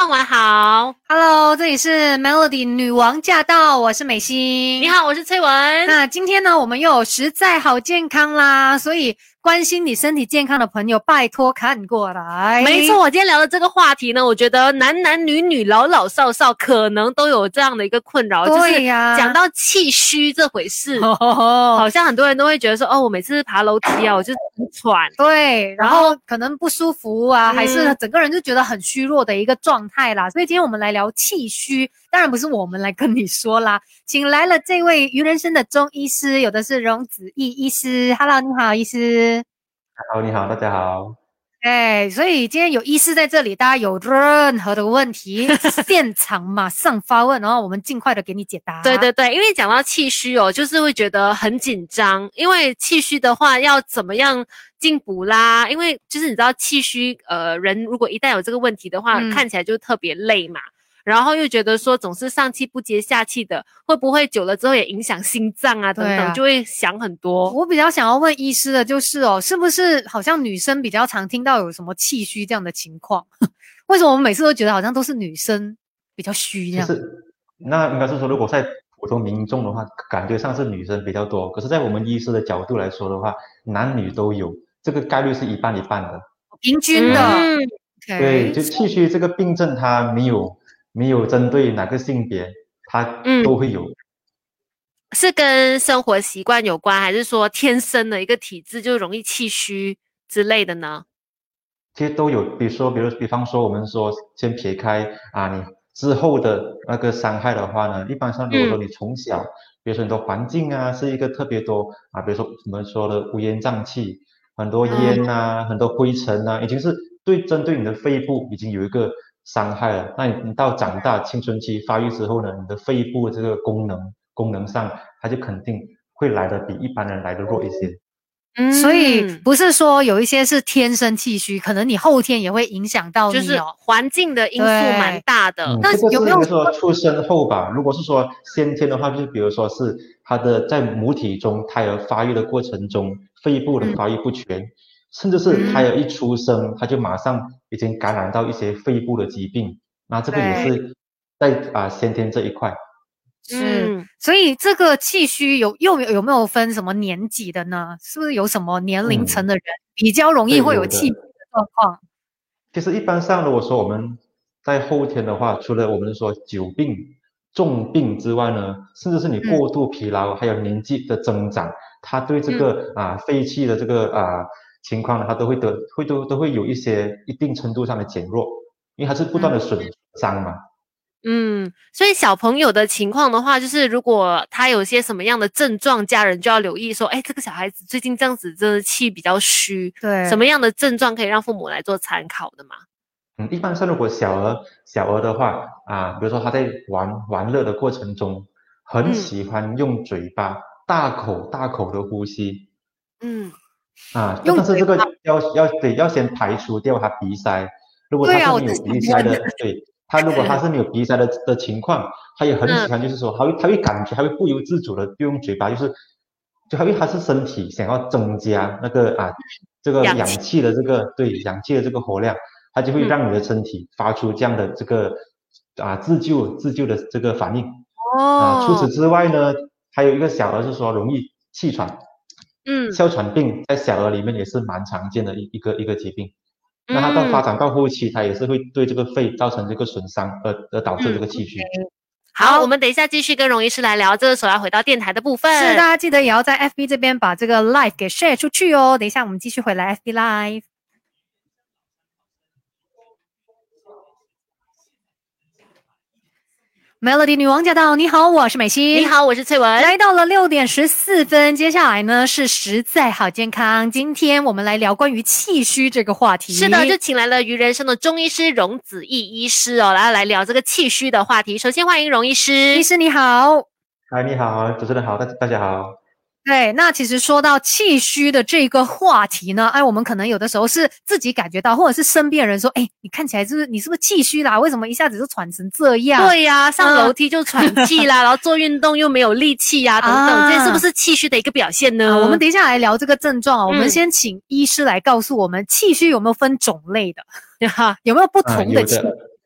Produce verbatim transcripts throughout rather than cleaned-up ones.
傍晚好 Hello，这里是 Melody 女王驾到，我是美心。 你好，我是翠文。 那今天呢，我们又有实在好健康啦，所以关心你身体健康的朋友，拜托看过来。 没错，我今天聊的这个话题呢，我觉得男男女女、老老少少可能都有这样的一个困扰， 对呀， 就是讲到气虚这回事， 哦哦哦好像很多人都会觉得说，哦，我每次爬楼梯啊，我就是很喘， 对，然后可能不舒服啊， 嗯还是整个人就觉得很虚弱的一个状态啦。所以今天我们来聊气虚，当然不是我们来跟你说啦，请来了这位于人生的中医师，有的是荣子义医师。Hello，你好，医师。 好，你好，大家好。 哎，所以今天有医师在这里，大家有任何的问题，现场马上发问，然后我们尽快的给你解答。 对对对，因为讲到气虚哦，就是会觉得很紧张，因为气虚的话要怎么样进补啦？因为就是你知道气虚，呃，人如果一旦有这个问题的话， 嗯看起来就特别累嘛。然后又觉得说总是上气不接下气的，会不会久了之后也影响心脏啊等等， 对啊就会想很多。 我比较想要问医师的就是哦，是不是好像女生比较常听到有什么气虚这样的情况？为什么我们每次都觉得好像都是女生比较虚这样？ 其实，那应该是说，如果在普通民众的话，感觉上是女生比较多。可是，在我们医师的角度来说的话，男女都有，这个概率是一半一半的。 平均的。 嗯 OK 对，就气虚这个病症，它没有没有针对哪个性别，它嗯都会有。 是跟生活习惯有关，还是说天生的一个体质就容易气虚之类的呢？ 其实都有，比如说，比如比方说，我们说先撇开啊，你之后的那个伤害的话呢，一般上如果说你从小，比如说你的环境啊是一个特别多啊，比如说我们说的乌烟瘴气，很多烟啊，很多灰尘啊，已经是对针对你的肺部已经有一个伤害了。那你你到长大青春期发育之后呢，你的肺部这个功能功能上，它就肯定会来的比一般人来的弱一些。 嗯， 所以不是说有一些是天生气虚，可能你后天也会影响到你哦。 就是环境的因素蛮大的。 嗯， 那这个是有没有比如说出生后吧？如果是说先天的话，就是比如说是他的在母体中胎儿发育的过程中，肺部的发育不全，甚至是胎儿一出生他就马上已经感染到一些肺部的疾病，那这个也是在啊、呃、先天这一块。 是， 嗯所以这个气虚有又有有没有分什么年纪的呢？是不是有什么年龄层的人比较容易会有气虚的状况？ 其实一般上，如果说我们在后天的话，除了我们说久病、重病之外呢，甚至是你过度疲劳，还有年纪的增长，它对这个啊肺气的这个啊情况呢，它都会得会都都会有一些一定程度上的减弱，因为它是不断的损伤嘛。 嗯，所以小朋友的情况的话，就是如果他有些什么样的症状，家人就要留意说，哎，这个小孩子最近这样子，真的气比较虚， 对， 什么样的症状可以让父母来做参考的嘛？ 嗯，一般上如果小儿小儿的话啊，比如说他在玩玩乐的过程中，很喜欢用嘴巴大口大口的呼吸嗯， 啊， 用但是这个要要对要先排除掉他鼻塞，如果他对啊， 是没有我之前鼻塞的，对他如果他是没有鼻塞的的情况，他也很喜欢，就是说他会他会感觉他会不由自主的就用嘴巴，就是就因为他是身体想要增加那个啊这个氧气氧气的这个对氧气的这个活量。它就会嗯让你的身体发出这样的这个啊自救自救的这个反应啊。除此哦， 之外呢，还有一个小儿是说容易气喘， 嗯哮喘病在小儿里面也是蛮常见的一一个一个疾病。那它到嗯发展到后期，它也是会对这个肺造成这个损伤，而而导致这个气虚。 好，我们等一下继续跟荣医师来聊，这个时候要回到电台的部分。 是，大家记得也要在 F B 这边把这个 live 给 share 出去哦。等一下我们继续回来 F B live。Melody 女王驾到！你好，我是美心。 你好，我是翠文。 来到了六点十四分，接下来呢是实在好健康。今天我们来聊关于气虚这个话题。 是的，就请来了于人生的中医师荣子义医师哦，来来聊这个气虚的话题。首先欢迎荣医师。 医师你好。 嗨，你好，主持人好，大大家好。 对，那其实说到气虚的这个话题呢，哎，我们可能有的时候是自己感觉到，或者是身边人说，哎，你看起来是不是你是不是气虚啦？为什么一下子就喘成这样？ 对呀、啊，上楼梯就喘气啦，嗯、然后做运动又没有力气呀、啊，等等，啊、这是不是气虚的一个表现呢？ 啊、我们等一下来聊这个症状啊， 嗯、 我们先请医师来告诉我们，气虚有没有分种类的？有没有不同的气？ 啊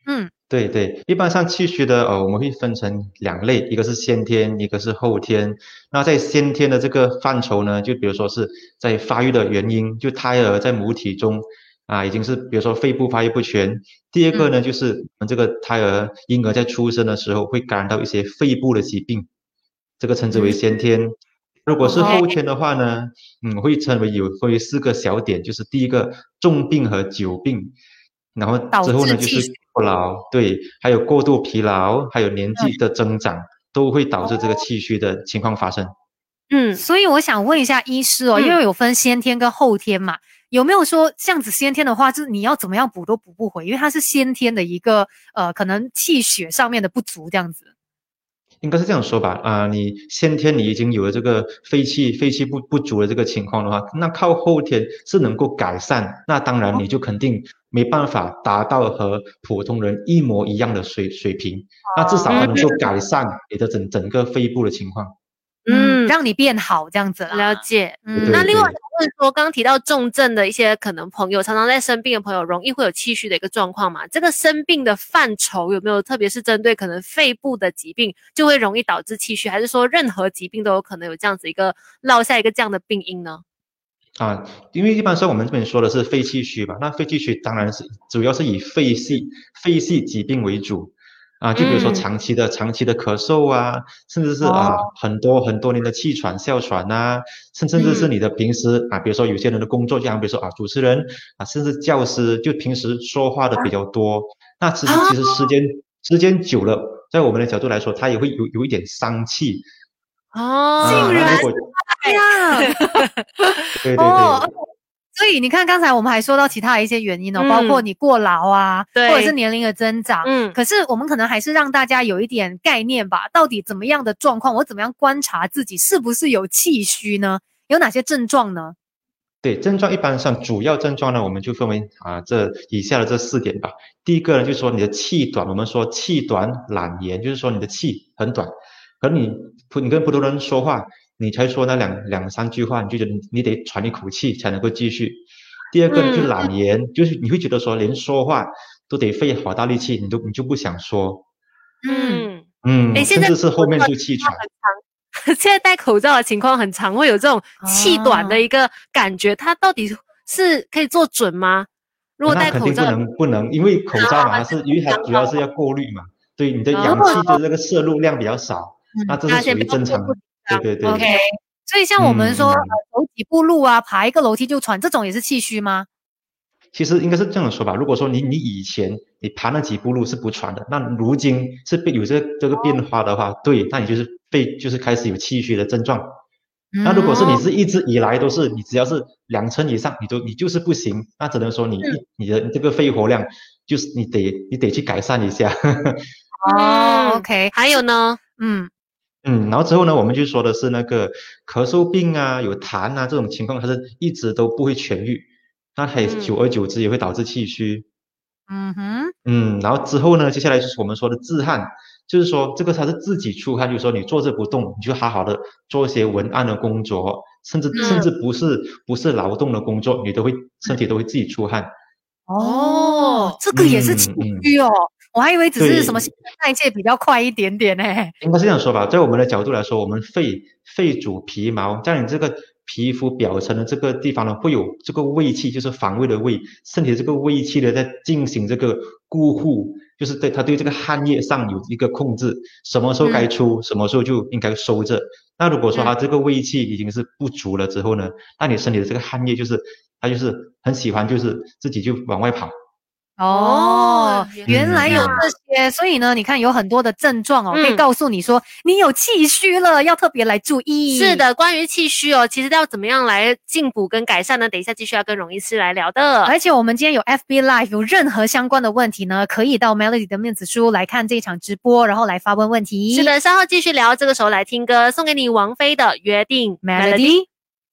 嗯， 对对，一般上气虚的呃，我们会分成两类，一个是先天，一个是后天。那在先天的这个范畴呢，就比如说是在发育的原因，就胎儿在母体中啊，已经是比如说肺部发育不全。第二个呢，就是我们这个胎儿婴儿在出生的时候会感染到一些肺部的疾病，这个称之为先天。如果是哦后天的话呢，嗯，会称为有分为四个小点，就是第一个重病和久病，然后导之后呢就是致气虚。 过劳，对，还有过度疲劳，还有年纪的增长，都会导致这个气虚的情况发生。 嗯所以我想问一下医师哦， 嗯因为有分先天跟后天嘛，有没有说这样子先天的话，就是你要怎么样补都补不回，因为它是先天的一个呃，可能气血上面的不足这样子。 应该是这样说吧，啊、你先天你已经有了这个肺气肺气不不足的这个情况的话，那靠后天是能够改善，那当然你就肯定没办法达到和普通人一模一样的水水平，那至少它能够改善你的整整个肺部的情况。 嗯， 嗯， 让你变好这样子啦。 了解。 嗯， 对那另外对想问说，刚刚提到重症的一些可能朋友，常常在生病的朋友，容易会有气虚的一个状况嘛？这个生病的范畴有没有特别是针对可能肺部的疾病，就会容易导致气虚，还是说任何疾病都有可能有这样子一个落下一个这样的病因呢？ 啊，因为一般说我们这边说的是肺气虚嘛，那肺气虚当然是主要是以肺系肺系疾病为主。啊，就比如说嗯长期的长期的咳嗽啊，甚至是哦， 啊很多很多年的气喘、哮喘啊，甚甚至是你的平时啊，比如说有些人的工作，像比如说啊主持人啊，甚至教师，就平时说话的比较多，那其实其实时间时间久了，在我们的角度来说，它也会有有一点伤气哦， 啊。那如果这样对对哦， 对， 所以你看，刚才我们还说到其他的一些原因哦， 嗯包括你过劳啊， 对或者是年龄的增长。 嗯可是我们可能还是让大家有一点概念吧，到底怎么样的状况，我怎么样观察自己是不是有气虚呢？有哪些症状呢？ 对，症状一般上主要症状呢，我们就分为啊这以下的这四点吧。第一个呢，就是说你的气短，我们说气短懒言，就是说你的气很短，可能你普你跟普通人说话，你才说那两两三句话，你就觉得你你得喘一口气才能够继续。第二个呢，就嗯懒言，就是你会觉得说连说话都得费好大力气，你都你就不想说， 嗯， 嗯，诶， 嗯， 现在甚至是后面就气喘。 现在戴口罩的情况很常会有这种气短的一个感觉，它到底是可以做准吗？如果那肯定不戴口罩， 能不能，因为口罩嘛，它是因为它主要是要过滤嘛，对你的氧哦气的这个摄入量比较少，那这是属大家先不要于正常的。 过度紧张。 对对对 OK，所以像我们嗯说，呃， 嗯， 走几步路啊，爬一个楼梯就喘，这种也是气虚吗？ 其实应该是这样说吧。如果说你你以前你爬那几步路是不喘的，那如今是被有这个这个变化的话，对，那你就是被就是开始有气虚的症状。那如果是你嗯， 是一直以来都是你只要是两成以上，你都你就是不行，那只能说你一你的这个肺活量就是你得你得去改善一下。 哦嗯 ，OK， 还有呢， 嗯， 嗯，然后之后呢，我们就说的是那个咳嗽病啊、有痰啊这种情况，它是一直都不会痊愈，那它也嗯久而久之也会导致气虚。 嗯哼， 嗯，然后之后呢，接下来就是我们说的自汗，就是说这个它是自己出汗，就是说你坐着不动，你就好好的做一些文案的工作，甚至甚嗯至不是不是劳动的工作，你都会身体都会自己出汗。 哦，这个也是气嗯嗯， 虚哦，我还以为只是对， 什么新陈代谢比较快一点点呢。 应该是这样说吧，在我们的角度来说，我们肺肺主皮毛，在你这个皮肤表层的这个地方呢，会有这个胃气，就是防卫的胃，身体的这个胃气呢，在进行这个固护，就是对它对这个汗液上有一个控制，什么时候该出，什么时候就应该收着。那如果说它这个胃气已经是不足了之后呢，那你身体的这个汗液就是它就是很喜欢就是自己就往外跑。 哦，原来有嗯这些，所以呢，你看有很多的症状哦， 嗯可以告诉你说你有气虚了，要特别来注意。 是，的，关于气虚哦，其实要怎么样来进补跟改善呢？等一下继续要跟荣医师来聊的。 而且我们今天有 F B Live，有任何相关的问题呢，可以到 Melody 的面子书来看这一场直播，然后来发问问题。 是的，稍后继续聊。这个时候来听歌，送给你王菲的《约定》 ，Melody。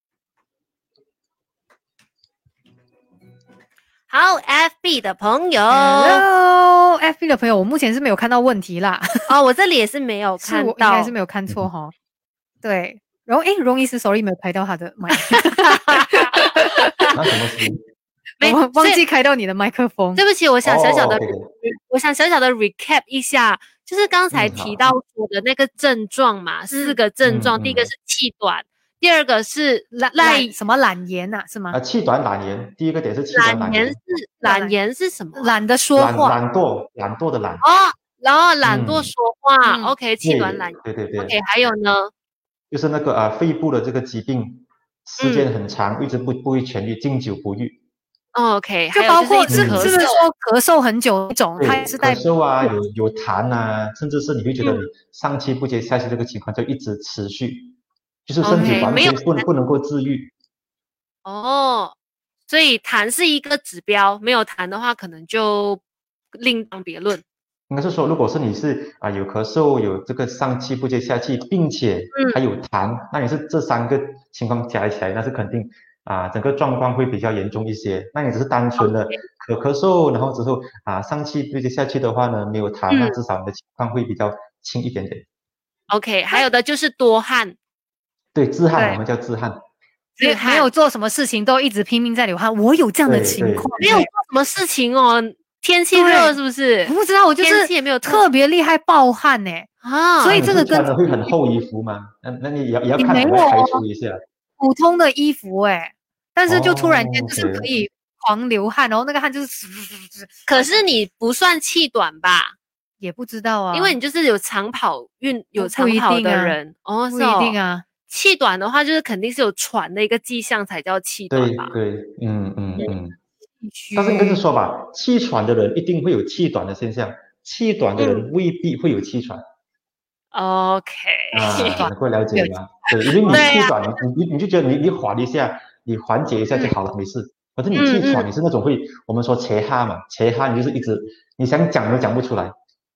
好 ，F B 的朋友 Hello，F B 的朋友，我目前是没有看到问题啦， 哦，我这里也是没有是我应看到， 该是没有看错哈。对，然后诶，荣医师 sorry 没有拍到他的麦。 那什么事？ 没我忘所以记开到你的麦克风。 对不起，我想小小的， 哦，OK， 我想小小的 recap 一下，就是刚才嗯，好， 提到说的那个症状嘛，四个症嗯状，第一个嗯是气短，第二个是懒赖懒什么懒言呐、是吗？ 啊，气短懒言，第一个点是气短懒言， 懒言是懒言是什么啊？ 懒得说懒话。 懒惰，懒惰的懒， 哦，然后懒惰嗯， 说话嗯 ，OK，气短对懒对对对， ，OK，还有呢？ 就是那个啊肺部的这个疾病，时间嗯很长，一直不不会痊愈，经久不愈。 哦，OK， 就包还有就是一括是是嗯直咳嗽， 不是说咳嗽很久那种，它对，咳也是代表嗽啊，有有痰啊，甚至是你会觉得嗯你上气不接下气这个情况就一直持续，就是身体 ，OK，没有完全不不能够治愈。 哦，所以痰是一个指标，没有痰的话，可能就另当别论。 应该是说，如果是你是啊有咳嗽，有这个上气不接下气，并且还有痰，那你是这三个情况加起来，那是肯定啊整个状况会比较严重一些。那你只是单纯的咳咳嗽，然后之后啊上气不接下气的话呢，没有痰，那嗯至少你的情况会比较轻一点点。 ，OK，还有的就是多汗， 对，自汗， 对我们叫自汗。 没自汗没有做什么事情都一直拼命在流汗，我有这样的对对情况， 没有做什么事情哦，天气对热是不是我？不知道，我就是天气也没有特特别厉害暴汗呢、 啊， 所以那你是这个跟穿的会很厚衣服吗？那那你也要也要也没有看你要排哦除一下。 普通的衣服哎、但是就突然间哦就是可 ，OK， 以狂流汗，然后那个汗就是可是你不算气短吧？ 也不知道啊， 因为你就是有长跑运有不长跑一定啊的人哦， 不一是哦定啊。 气短的话，就是肯定是有喘的一个迹象才叫气短吧？ 对对，嗯嗯嗯。 气但是应该是虚说吧，气喘的人一定会有气短的现象，气短的人未必会有气喘。 OK， 啊，能够了解吗？对，因为你对呀气短，你你你就觉得你你缓一下，你缓解一下就好了，没事。可是你气嗯喘，你是那种会我们说切哈嘛，切哈你就是一直你想讲都讲不出来。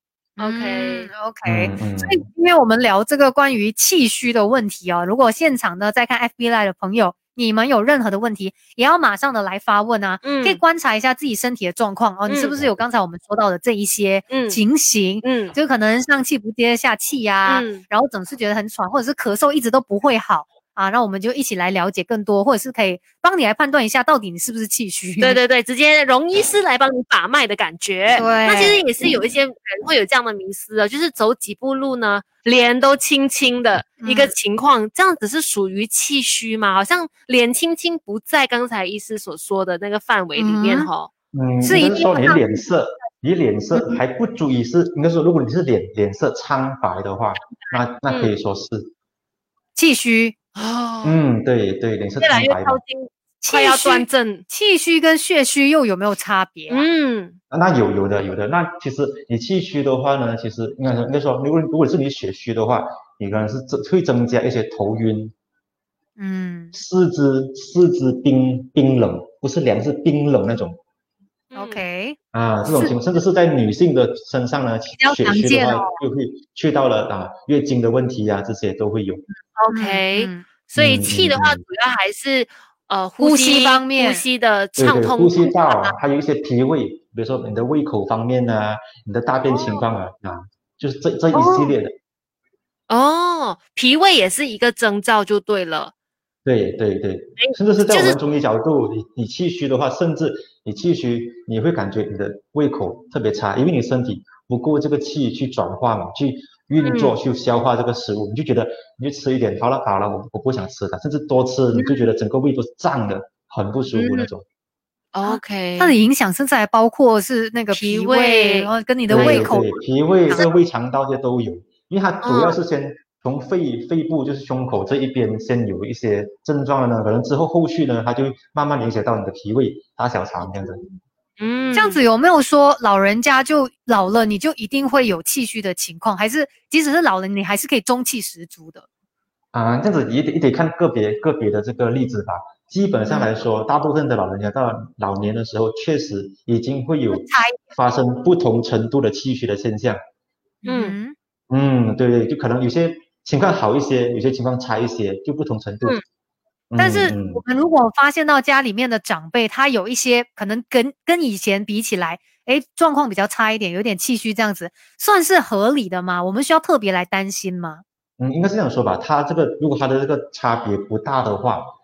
OK， 嗯 OK， 嗯嗯所以今天我们聊这个关于气虚的问题哦。如果现场呢在看 F B Live 的朋友，你们有任何的问题，也要马上的来发问啊， 嗯可以观察一下自己身体的状况哦。你是不是有刚才我们说到的这一些嗯情形？ 嗯就可能上气不接下气呀、 嗯然后总是觉得很喘，或者是咳嗽一直都不会好啊。那我们就一起来了解更多，或者是可以帮你来判断一下，到底你是不是气虚。 对对对，直接容医师来帮你把脉的感觉。 对那其实也是有一些人会有这样的迷思的，就是走几步路呢，脸都青青的一个嗯情况，这样子是属于气虚吗？好像脸青青不在刚才医师所说的那个范围里面嗯哈。 嗯， 是一定应该是说你要脸色，你脸色还不足以是，应该说如果你是脸脸色苍白的话，那那可以说是， 气虚。 哦， 嗯，对对，脸色越来越苍白嘛。 靠近，快要端正。 气虚跟血虚又有没有差别啊？ 嗯那有有的有的，那其实你气虚的话呢，其实应该说应该说，如果如果是你血虚的话，你可能是增会增加一些头晕、 嗯四肢四肢冰冰冷，不是凉是冰冷那种嗯 ，OK， 啊，这种情况，甚至是在女性的身上呢， 较血虚的话常见哦就会去到了啊月经的问题啊，这些都会有。 ，OK， 嗯所以嗯气的话， 嗯嗯主要还是呃呼吸吸方面呼吸的对对， 畅通呼吸道度啊，还有一些脾胃，比如说你的胃口方面啊，你的大便情况啊，啊，就是这这一系列的。 哦，脾胃也是一个征兆就对了。 对对对，甚至是在就是我们中医角度，你你气虚的话，甚至你气虚，你会感觉你的胃口特别差，因为你身体不够这个气去转化嘛，去运作、 嗯去消化这个食物，你就觉得你就吃一点，好了好了，我我不想吃了，甚至多吃你就觉得整个胃都胀的，很不舒服那种。 OK， 它的影响甚至还包括是那个脾脾胃然后跟你的对胃口。 对，脾胃、这个胃肠道这些都有，因为它主要嗯是先从肺肺部，就是胸口这一边先有一些症状了呢，可能之后后续呢，它就慢慢影响到你的脾胃、大小肠这样子。 嗯这样子有没有说老人家就老了你就一定会有气虚的情况，还是即使是老人你还是可以中气十足的？ 啊，这样子也得也得看个别个别的这个例子吧。基本上来说，大部分的老人家到老年的时候，确实已经会有发生不同程度的气虚的现象。 嗯嗯， 嗯，对对，就可能有些情况好一些，有些情况差一些，就不同程度。 嗯但是嗯我们如果发现到家里面的长辈他有一些可能跟跟以前比起来，诶，状况比较差一点，有点气虚这样子，算是合理的吗？我们需要特别来担心吗？ 嗯，应该是这样说吧。他这个如果他的这个差别不大的话，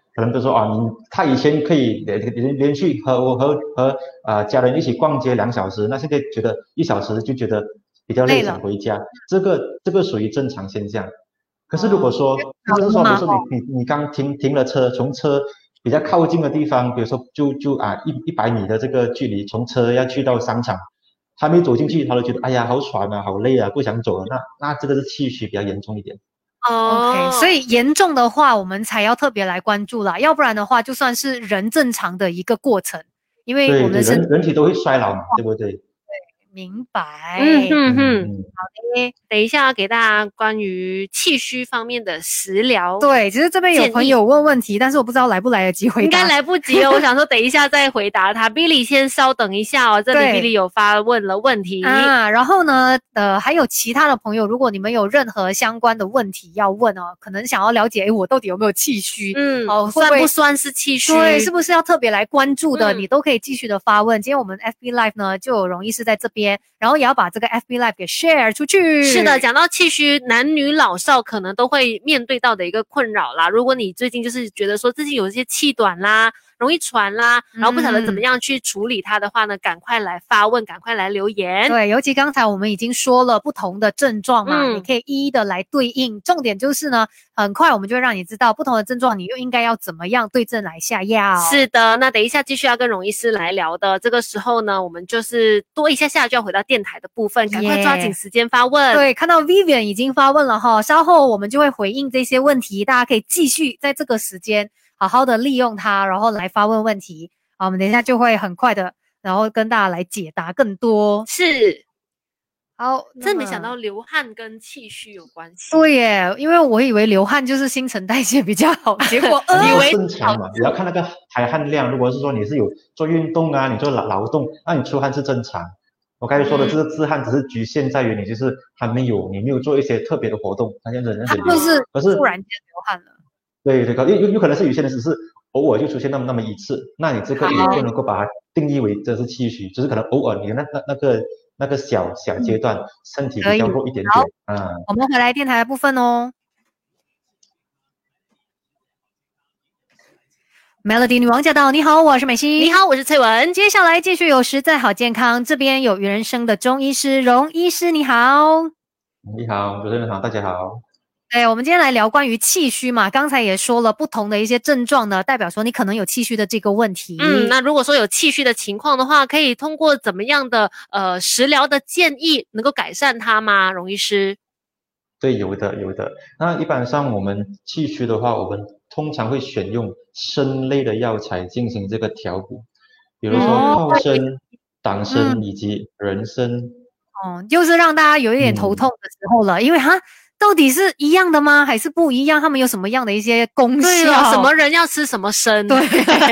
可能比如说啊，你他以前可以连连连续和和和呃家人一起逛街两小时，那现在觉得一小时就觉得比较累，想回家，这个这个属于正常现象。可是如果说，甚至是说，比如说你你你刚停停了车，从车比较靠近的地方，比如说就就啊一一百米的这个距离，从车要去到商场，还没走进去，他都觉得哎呀好喘啊，好累啊，不想走了。那那这个是气虚比较严重一点。 哦 ，OK， 所以严重的话，我们才要特别来关注啦，要不然的话，就算是人正常的一个过程，因为我们是人人体都会衰老嘛，对不对？ 明白。 嗯哼哼， 好的， 等一下给大家关于气虚方面的食疗。 对，其实这边有朋友问问题，但是我不知道来不来得及回答。 应该来不及了，我想说等一下再回答他。Billy 先稍等一下哦，这里 Billy 有发问了问题啊。然后呢，呃，还有其他的朋友，如果你们有任何相关的问题要问哦，可能想要了解，诶，我到底有没有气虚？ 嗯， 哦， 会算不算是气虚？ 对，是不是要特别来关注的？ 嗯、 你都可以继续的发问。今天我们 F B Live 呢，就有容医师在这边，然后也要把这个 F B Live 给 share 出去。 是的，讲到气虚，男女老少可能都会面对到的一个困扰啦。如果你最近就是觉得说自己有一些气短啦，容易喘啦，然后不晓得怎么样去处理它的话呢，嗯、赶快来发问，赶快来留言。 对，尤其刚才我们已经说了不同的症状嘛，嗯、你可以一一的来对应。重点就是呢，很快我们就会让你知道不同的症状，你又应该要怎么样对症来下药。 是的，那等一下继续要跟容医师来聊的。这个时候呢，我们就是多一下下就要回到电台的部分，赶快抓紧时间发问。 Yeah. 对，看到 Vivian 已经发问了哈，稍后我们就会回应这些问题，大家可以继续在这个时间好好的利用它，然后来发问问题。好，我们等一下就会很快的，然后跟大家来解答更多。 是， 好， 真没想到流汗跟气虚有关系。 对耶，因为我以为流汗就是新陈代谢比较好，结果以为正常嘛，你要看那个排汗量。如果是说你是有做运动啊，你做劳劳动，那你出汗是正常。我刚才说的这个自汗只是局限在于你就是还没有你没有做一些特别的活动，那这样子他就是可是突然间流汗了。 对对，有有有可能是有些人只是偶尔就出现那么那么一次，那你这个也不能够把它定义为这是气虚，只是可能偶尔你那那那个那个小小阶段、嗯、身体比较弱一点点啊。 我们回来电台的部分哦。Melody 女王驾到！你好，我是美心。 你好，我是翠文。 接下来继续有实在好健康，这边有原生的中医师荣医师，你好。 你好，主持人好，大家好。 对，我们今天来聊关于气虚嘛，刚才也说了不同的一些症状呢，代表说你可能有气虚的这个问题。 嗯，那如果说有气虚的情况的话，可以通过怎么样的呃食疗的建议能够改善它吗？荣医师？ 对，有的有的。那一般上我们气虚的话，我们通常会选用参类的药材进行这个调补，比如说泡参、哦、党参、嗯、以及人参。 哦，就是让大家有一点头痛的时候了，嗯、因为哈，到底是一样的吗？还是不一样？他们有什么样的一些功效？ 对啊，什么人要吃什么参？ 对。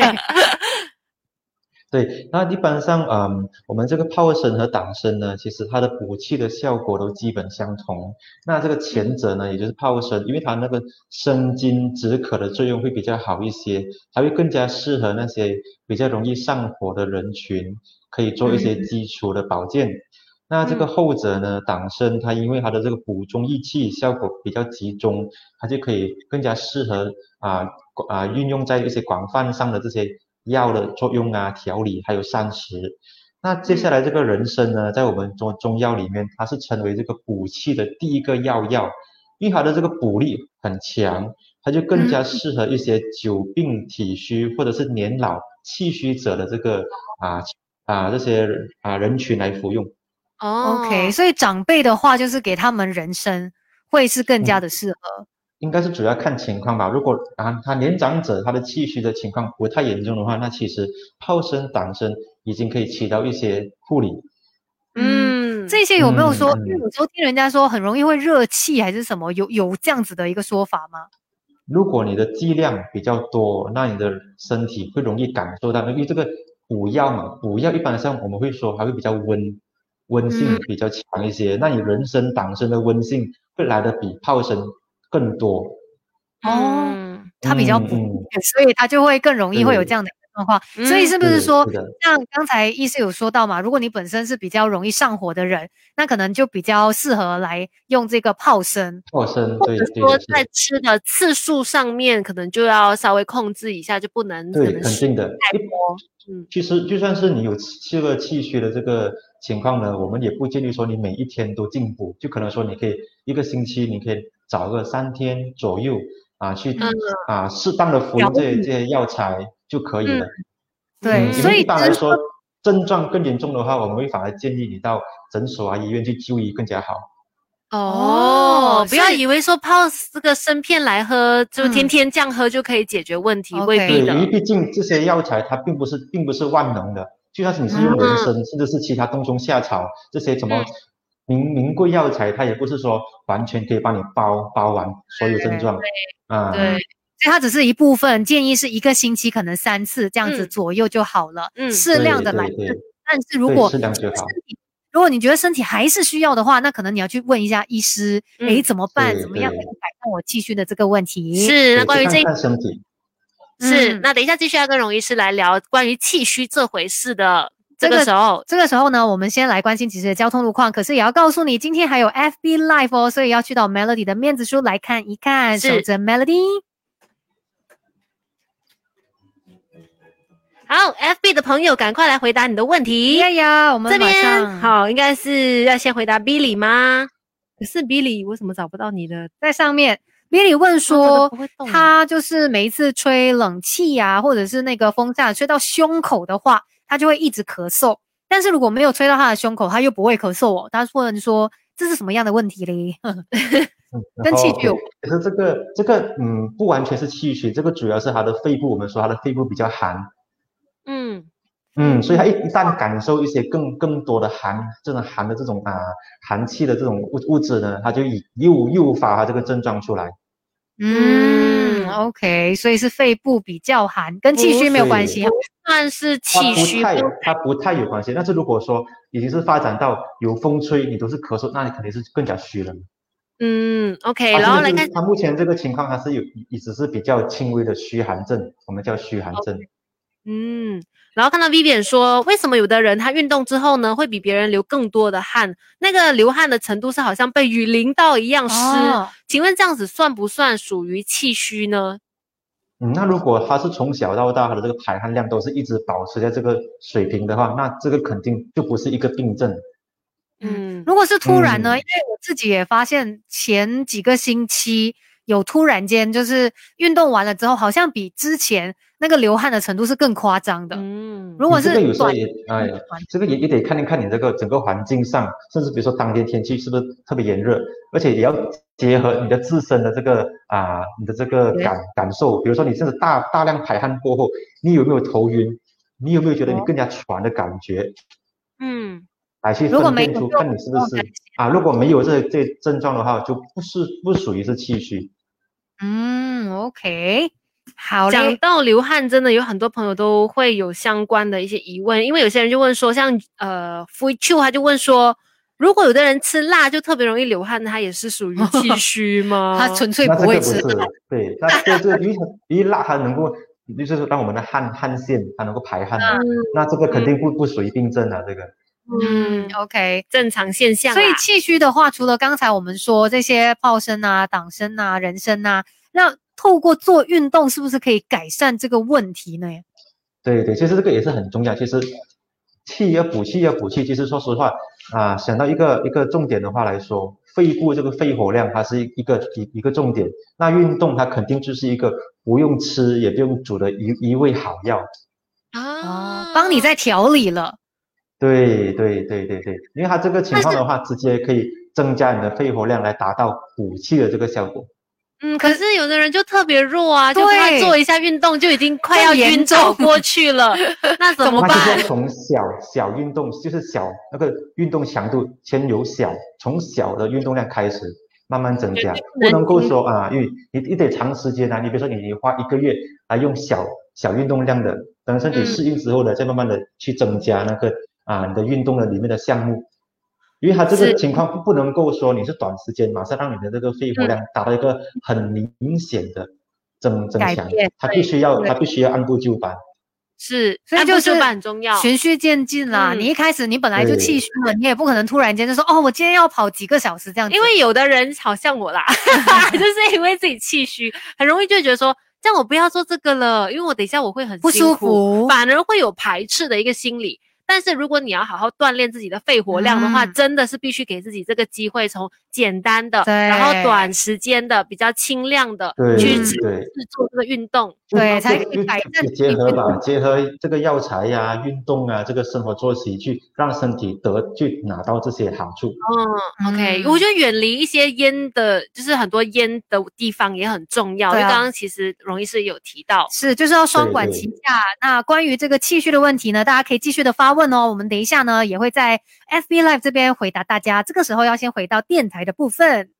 对，那一般上，嗯，我们这个泡参和党参呢，其实它的补气的效果都基本相同。那这个前者呢，也就是泡参，因为它那个生津止渴的作用会比较好一些，它会更加适合那些比较容易上火的人群，可以做一些基础的保健。嗯、那这个后者呢，党参它因为它的这个补中益气效果比较集中，它就可以更加适合啊啊运用在一些广泛上的这些药的作用啊、调理还有膳食。那接下来这个人参呢，在我们中中药里面，它是称为这个补气的第一个要药，因为它的这个补力很强，它就更加适合一些久病体虚或者是年老气虚者的这个啊啊这些啊人群来服用。 哦 ，OK， 所以长辈的话就是给他们人参会是更加的适合。嗯， 应该是主要看情况吧。如果啊他年长者他的气虚的情况不太严重的话，那其实泡参、党参已经可以起到一些护理。 嗯，这些有没有说？因为有时候听人家说很容易会热气还是什么，有有这样子的一个说法吗？ 如果你的剂量比较多，那你的身体会容易感受到，因为这个补药嘛，补药一般上我们会说还会比较温。温性比较强一些，嗯、那你人参、党参的温性会来得比泡参更多。 哦，它比较补，嗯、所以它就会更容易会有这样的一个状况。 嗯所以是不是是说， 是的， 像刚才医师有说到嘛，如果你本身是比较容易上火的人，那可能就比较适合来用这个泡参。 泡参， 或者说对对的，是的， 在吃的次数上面，可能就要稍微控制一下，就不能可对， 能吃肯定的。一太多。嗯其实就算是你有这个气虚的这个情况呢，我们也不建议说你每一天都进补，就可能说你可以一个星期你可以找个三天左右啊，去嗯啊适当的服疗用这些愈。 这些药材就可以嗯了。 对， 嗯，因为一所以只是说般来说症状更严重的话，我们会反而建议你到诊所啊医院去就医更加好。 哦，不所以要以为说泡这个生片来喝，就天嗯天这样喝就可以解决问题，未 ，OK， 必对，因为的。 毕竟这些药材它并不是并不是万能的，就算是你是用人嗯参，甚至是其他冬虫夏草这些什嗯么名名贵药材，它也不是说完全可以帮你包包完所有症状啊。 对， 嗯，所以它只是一部分，建议是一个星期可能三次这样子嗯左右就好了， 嗯适量对的来吃。 对对但是如对， 果适量就好。 身体如果你觉得身体还是需要的话，那可能你要去问一下医师，诶， 嗯， 怎么办？ 对怎么样可以对改善我气虚的这个问题？ 是。那对，去看关于这看身体。 是， 嗯， 那等一下继续要跟荣医师来聊关于气虚这回事的。这这个个时候， 这个时候呢，我们先来关心其实的交通路况，可是也要告诉你，今天还有 F B Live 哦，所以要去到 Melody 的面子书来看一看， 是守着 Melody。 好，F B 的朋友赶快来回答你的问题。 呀呀，我们马这边上好，应该是要先回答 Billy 吗？可是 Billy 为什么找不到你的？ 在上面。Billy 问啊说它不会动， 他就是每一次吹冷气呀、或者是那个风扇吹到胸口的话，他就会一直咳嗽。但是如果没有吹到他的胸口，他又不会咳嗽哦。他问说这是什么样的问题嘞？跟气虚有关。 可是这个这个嗯，不完全是气虚，这个主要是他的肺部，我们说他的肺部比较寒。 嗯嗯，所以他一一旦感受一些更更多的寒，这种寒的这种啊寒气的这种物物质呢，他就以诱诱发他这个症状出来。 嗯嗯 ，OK，所以是肺部比较寒，跟气虚没有关系哈。 算是它不气虚， 太它不太有关系，但是如果说已经是发展到有风吹你都是咳嗽，那你肯定是更加虚了。 嗯，OK， 它然后来看这个是它目前这个情况，它是有也只是比较轻微的虚寒症，我们叫虚寒症。 嗯，然后看到 Vivian 说，为什么有的人他运动之后呢，会比别人流更多的汗？那个流汗的程度是好像被雨淋到一样湿。 哦请问这样子算不算属于气虚呢？ 嗯，那如果他是从小到大他的这个排汗量都是一直保持在这个水平的话，那这个肯定就不是一个病症。 嗯如果是突然呢？ 嗯因为我自己也发现前几个星期有突然间就是运动完了之后，好像比之前那个流汗的程度是更夸张的。 嗯， 如果是你这个有时候短也哎，这个也也得看一看你这个整个环境上，甚至比如说当天天气是不是特别炎热，而且也要结合你的自身的这个啊，你的这个对感感受，比如说你甚至大大量排汗过后，你有没有头晕？你有没有觉得你更加喘的感觉？ 嗯来去分如果没有辨出就看你是不是不用担心啊，如果没有这这症状的话，就不是不属于是气虚。 嗯，OK，好讲嘞。 到流汗，真的有很多朋友都会有相关的一些疑问，因为有些人就问说，像呃 f u c h 他就问说，如果有的人吃辣就特别容易流汗，他也是属于气虚吗？ 他纯粹那不会吃。 这个不是，对，那这这个因为因为辣它能够，就是说让我们的汗汗腺它能够排汗嘛，那这个肯定不不属于病症啊，这个。 嗯，OK。 正常现象啦。 所以气虚的话，除了刚才我们说这些泡参啊、党参啊、人参啊，那透过做运动是不是可以改善这个问题呢？ 对对，其实这个也是很重要。其实气要补气要补气，其实说实话啊，想到一个一个重点的话来说，肺部这个肺活量它是一个一一个重点。那运动它肯定就是一个不用吃也不用煮的一一味好药。 啊， 帮你在调理了。 对对对对对，因为它这个情况的话，直接可以增加你的肺活量来达到补气的这个效果。 嗯，可是有的人就特别弱啊，就他对做一下运动就已经快要晕倒过去了，那怎么那就是要办？ 从小小运动，就是小那个运动强度先由小，从小的运动量开始慢慢增加，不能够说啊，因为你你得长时间啊，你比如说你你花一个月来用小小运动量的，等身体适应之后呢，再慢慢的去增加那个啊你的运动的里面的项目。因为它这个情况不不能够说你是短时间马上让你的这个肺活量达到一个很明显的增增强，它必须要它必须要按部就班。 是， 所以就是按部就班很重要， 循序渐进啦。 嗯你一开始你本来就气虚了，你也不可能突然间就说哦，我今天要跑几个小时这样子。 因为有的人好像我啦，就是因为自己气虚，很容易就觉得说，这样我不要做这个了，因为我等一下我会很不辛苦舒服， 反而会有排斥的一个心理。但是如果你要好好锻炼自己的肺活量的话， 嗯真的是必须给自己这个机会，从简单的， 对然后短时间的，比较轻量的对去尝对试做这个运动。 对，才可就以改善就结合吧，结合这个药材呀、运动啊，这个生活作息，去让身体得去拿到这些好处。 嗯 ，OK，、 嗯我觉得远离一些烟的，就是很多烟的地方也很重要。 对啊因为刚刚其实容医师有提到， 是，就是要双管齐下。那关于这个气虚的问题呢，大家可以继续的发问哦。我们等一下呢，也会在 F B Live 这边回答大家。这个时候要先回到电台的部分。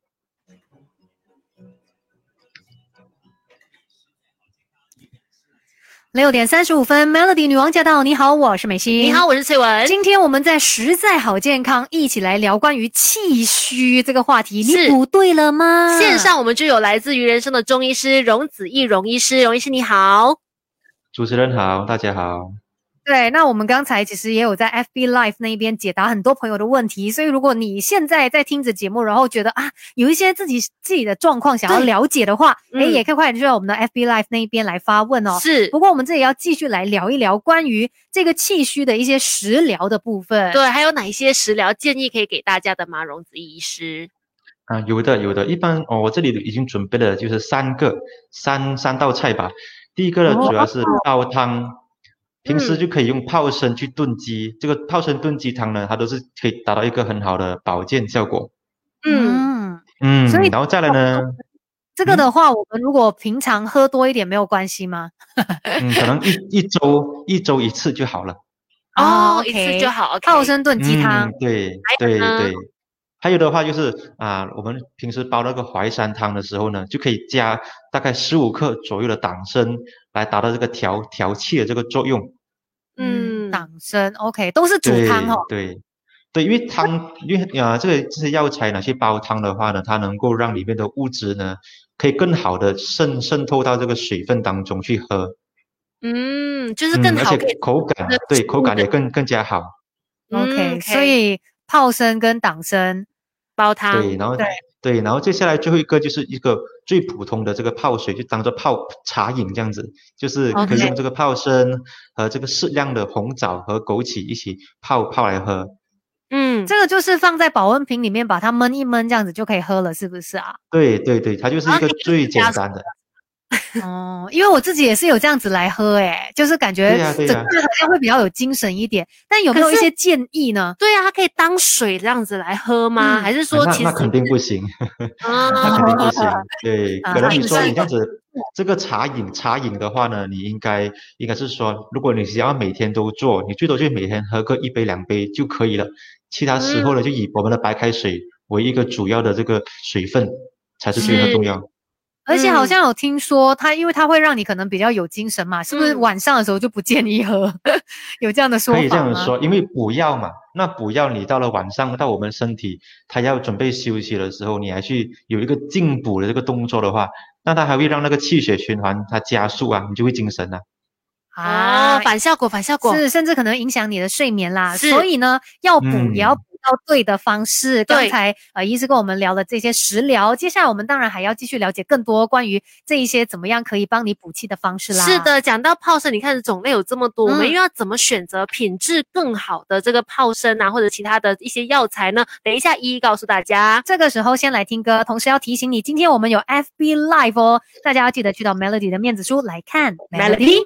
六点三十五分 ，Melody 女王驾到！你好，我是美心。 你好，我是翠文。 今天我们在实在好健康，一起来聊关于气虚这个话题。你是补对了吗？ 线上我们就有来自于人生的中医师荣子毅荣医师，荣医师你好。 主持人好，大家好。 对，那我们刚才其实也有在 F B Live 那边解答很多朋友的问题，所以如果你现在在听着节目，然后觉得啊有一些自己自己的状况想要了解的话， 嗯诶，也可以快点去到我们的 F B Live 那边来发问哦。 是， 不过我们这里要继续来聊一聊关于这个气虚的一些食疗的部分。 对，还有哪一些食疗建议可以给大家的吗？荣子毅医师。 啊，有的有的，一般哦，我这里已经准备了就是三个三三道菜吧。第一个呢， 哦主要是煲汤。平时嗯就可以用泡参去炖鸡，这个泡参炖鸡汤呢，它都是可以达到一个很好的保健效果。 嗯， 嗯， 嗯， 所以然后再来呢， 这个的话，我们如果平常喝多一点没有关系吗？ 嗯，可能一一周一周一次就好了。 哦， OK 一次就好。OK， 泡参炖鸡汤嗯，，对还有呢对对。还有的话就是啊，我们平时煲那个淮山汤的时候呢，就可以加大概十五克左右的党参，来达到这个调调气的这个作用。 嗯， 党参 OK 都是煮汤哦。 对对，因为汤，因为啊、呃，这个这些药材拿去煲汤的话呢，它能够让里面的物质呢，可以更好的渗渗透到这个水分当中去喝。 嗯，就是更嗯，而好可以且口感对口感也更更加好。 嗯 OK，所以泡参跟党参煲汤。 对，然后对对，然后接下来最后一个就是一个最普通的这个泡水，就当做泡茶饮这样子，就是可以 OK 用这个泡参和这个适量的红枣和枸杞一起泡泡来喝。 嗯， 这个就是放在保温瓶里面，把它焖一焖，这样子就可以喝了，是不是啊？ 对对对，它就是一个最简单的。 哦，因为我自己也是有这样子来喝，诶，就是感觉对呀对呀整个人好像会比较有精神一点。但有没有一可是些建议呢？ 对啊，它可以当水这样子来喝吗？ 嗯还是说其实那那肯定不行， 啊那肯定不行。对， 啊可能你说那你这样子，这个茶饮茶饮的话呢，你应该应该是说，如果你想要每天都做，你最多就每天喝个一杯两杯就可以了。其他时候呢，就以我们的白开水为一个主要的这个水分，才是最是重要。 而且好像有听说它，因为它会让你可能比较有精神嘛，是不是嗯晚上的时候就不建议喝？有这样的说法可以这样吗？ 说，因为补药嘛，那补药你到了晚上，到我们身体它要准备休息的时候，你还去有一个进补的这个动作的话，那它还会让那个气血循环它加速啊，你就会精神啊。 啊，反效果，反效果。 是，甚至可能影响你的睡眠啦。 是所以呢，要补嗯也要补到对的方式。 对刚才呃，医师跟我们聊了这些食疗，接下来我们当然还要继续了解更多关于这一些怎么样可以帮你补气的方式啦。 是，的，讲到泡参，你看种类有这么多，我们嗯又要怎么选择品质更好的这个泡参啊，或者其他的一些药材呢？等一下一一告诉大家。 这个时候先来听歌，同时要提醒你，今天我们有 F B Live 哦，大家要记得去到 Melody 的面子书来看 Melody。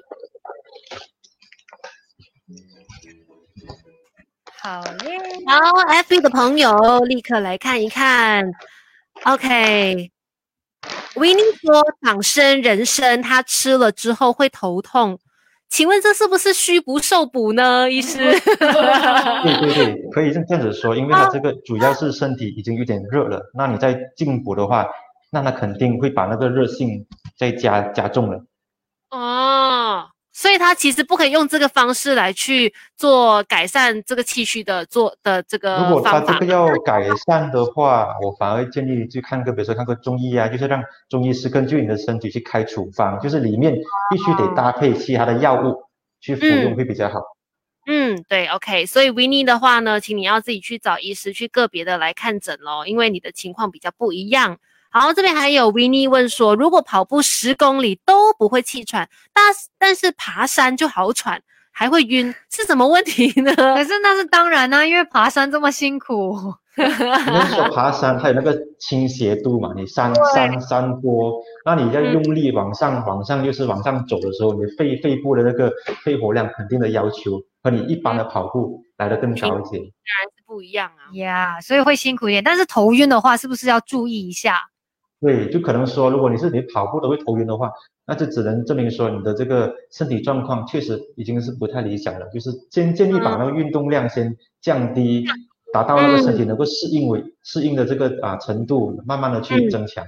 好耶， 好，F B 的朋友立刻来看一看。OK，维尼说党参、人参，他吃了之后会头痛，请问这是不是虚不受补呢？医师？ 对对对，可以这这样子说，因为它这个主要是身体已经有点热了，那你再进补的话，那它肯定会把那个热性再加加重了。 哦，所以他其实不可以用这个方式来去做改善这个气虚的做的这个如果他方法。 这个要改善的话，我反而建议去看个，比如说看个中医啊，就是让中医师根据你的身体去开处方，就是里面必须得搭配其他的药物去服用嗯会比较好。 嗯，对 ，OK，所以 Winnie 的话呢，请你要自己去找医师去个别的来看诊咯，因为你的情况比较不一样。好，这边还有 Winnie 问说，如果跑步十公里都不会气喘，但但是爬山就好喘，还会晕，是什么问题呢？ 可是那是当然啊，因为爬山这么辛苦。 应该是说爬山它有那个倾斜度嘛，你山山山坡，那你要用力往上、往上就是往上走的时候，你肺肺部的那个肺活量肯定的要求和你一般的跑步来得更高一些。 当然是不一样啊。 呀、yeah, 所以会辛苦一点。但是头晕的话，是不是要注意一下？ 对，就可能说，如果你是你跑步都会头晕的话，那就只能证明说你的这个身体状况确实已经是不太理想了。就是先建议把那个运动量先降低，达到那个身体能够适应为适应的这个啊程度，慢慢的去增强。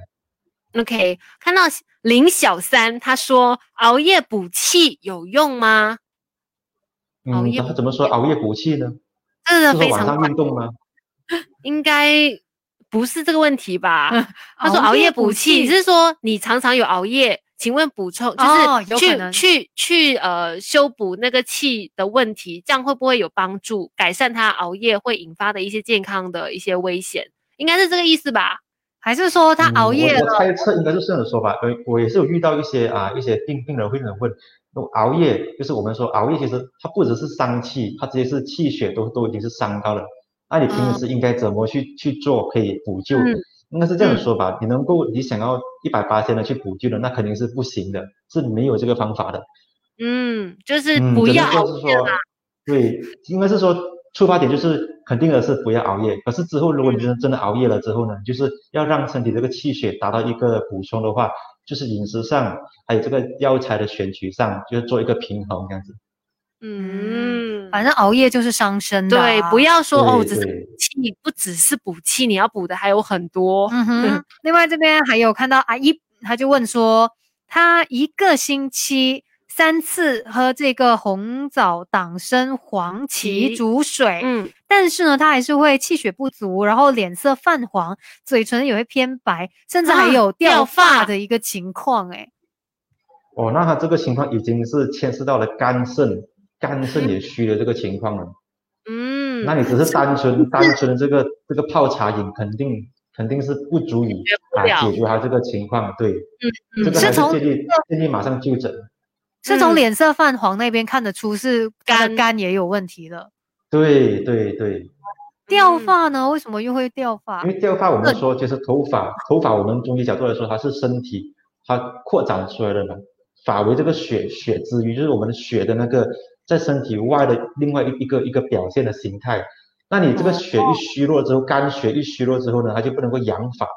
OK， 看到林小三他说熬夜补气有用吗？ 嗯，他怎么说熬夜补气呢？ 这个是说晚非常上运动吗？ 应该不是这个问题吧？他说熬夜熬夜补补气气，只是说你常常有熬夜，请问补充哦就是去、 有可能去去呃修补那个气的问题，这样会不会有帮助，改善他熬夜会引发的一些健康的一些危险？应该是这个意思吧？ 还是说他熬夜嗯、我了？ 我猜测应该是这样的说法。呃，我也是有遇到一些啊一些病病人会问，熬夜就是我们说熬夜，其实它不只是伤气，它直接是气血都都已经是伤到了。那你平时应该怎么去去做可以补救？ 嗯应该是这样说吧，你能够你想要一百八千的去补救的，那肯定是不行的，是没有这个方法的。 嗯，就是嗯，只不要能说是说，对，应该是说出发点就是肯定的是不要熬夜。可是之后，如果你真的真的熬夜了之后呢，就是要让身体这个气血达到一个补充的话，就是饮食上还有这个药材的选取上，就是做一个平衡这样子。 嗯， 反正熬夜就是伤身的、啊。 对，不要说哦，只是对对补气，不只是补气，你要补的还有很多。 嗯哼，另外这边还有看到阿姨，他就问说，他一个星期三次喝这个红枣党参黄芪煮水， 嗯， 但是呢，他还是会气血不足，然后脸色泛黄，嘴唇也会偏白，甚至还有啊掉掉发发的一个情况。诶， 哦，那他这个情况已经是牵涉到了肝肾，肝肾也虚的这个情况了。 嗯， 那你只是单纯单纯的这个这个泡茶饮，肯定肯定是不足以啊解决他这个情况。对， 嗯这个还是是从建议建议马上就诊。 是从脸色泛黄那边看得出是肝肝肝也有问题了。 对对对， 掉发呢？为什么又会掉发？ 因为掉发我们说就是头发，头发我们中医角度来说，它是身体它扩展出来的嘛。发为这个血血之余，就是我们的血的那个在身体外的另外一个一个表现的形态。那你这个血一虚弱之后，肝血一虚弱之后呢，它就不能够养发。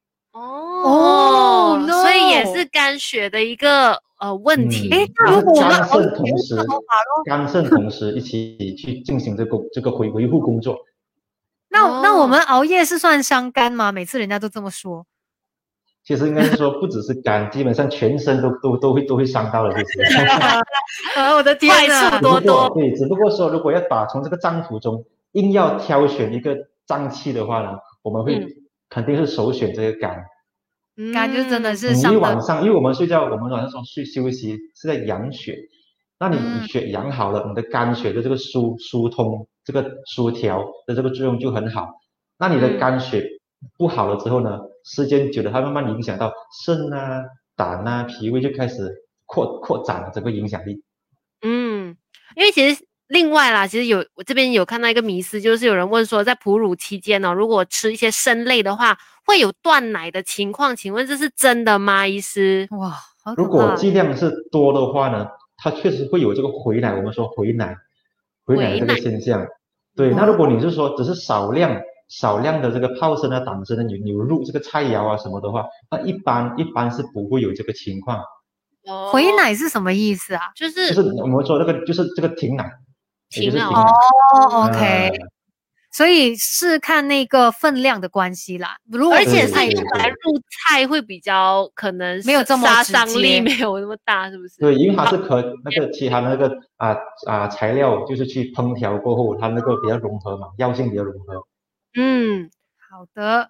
哦、 Oh, no 所以也是肝血的一个呃问题。 诶、 嗯， 那如果我们肝肾同时头发咯肝肾同时一起去进行这个这个维维护工作。 那、 哦那我们熬夜是算伤肝吗？每次人家都这么说。 其实应该是说，不只是肝，基本上全身都都都会都会伤到的，其实。 啊，我的天坏哪！ 处多多。 对，只不过说，如果要把从这个脏腑中硬要挑选一个脏器的话呢，我们会、 嗯、 肯定是首选这个肝。 肝就真的是你伤的。 一晚上，因为我们睡觉，我们晚上说去休息是在养血，那你嗯血养好了，你的肝血的这个疏疏通、这个疏调的这个作用就很好。那你的肝血不好了之后呢，时间久了，它慢慢影响到肾啊、胆啊、脾胃，就开始扩扩展了这个影响力。 嗯，因为其实另外啦，其实有我这边有看到一个迷思，就是有人问说，在哺乳期间呢、哦，如果吃一些生类的话，会有断奶的情况，请问这是真的吗，医师？ 哇，好可怕。 如果剂量是多的话呢，它确实会有这个回奶，我们说回奶，回奶的这个现象。对，那如果你是说只是少量。少量的这个泡参啊、党参的牛牛肉、这个菜肴啊什么的话，那一般一般是不会有这个情况。 哦、 回奶是什么意思啊？ 就是就是我们说那个就是这个停奶， 停了哦。 哦 ，OK，、嗯、所以是看那个分量的关系啦。如果而且是用来入菜会比较可能没有这么杀伤力没有那么大，是不是？ 对，因为它是和那个其他那个啊啊材料就是去烹调过后，它那个比较融合嘛，药性比较融合。 嗯，好的。